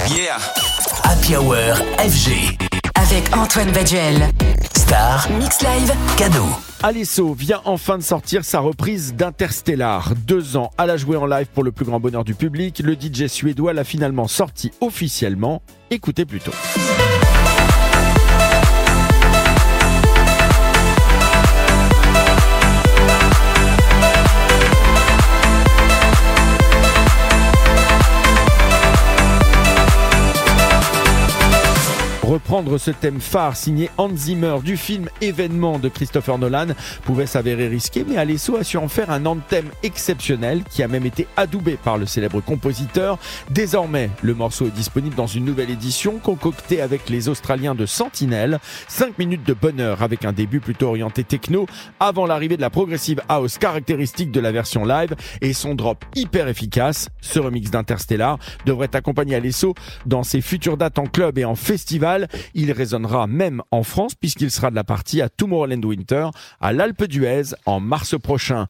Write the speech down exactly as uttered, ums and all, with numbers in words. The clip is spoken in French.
Yeah. Happy Hour F G. Avec Antoine Baduel. Star. Mix Live. Cadeau. Alesso vient enfin de sortir sa reprise d'Interstellar. Deux ans à la jouer en live pour le plus grand bonheur du public, le D J suédois l'a finalement sorti officiellement. Écoutez plutôt. Reprendre ce thème phare signé Hans Zimmer du film Événement de Christopher Nolan pouvait s'avérer risqué, mais Alesso a su en faire un anthem exceptionnel qui a même été adoubé par le célèbre compositeur. Désormais, le morceau est disponible dans une nouvelle édition concoctée avec les Australiens de Sentinel. cinq minutes de bonheur avec un début plutôt orienté techno avant l'arrivée de la progressive house caractéristique de la version live et son drop hyper efficace. Ce remix d'Interstellar devrait accompagner Alesso dans ses futures dates en club et en festival. Il résonnera même en France puisqu'il sera de la partie à Tomorrowland Winter à l'Alpe d'Huez en mars prochain.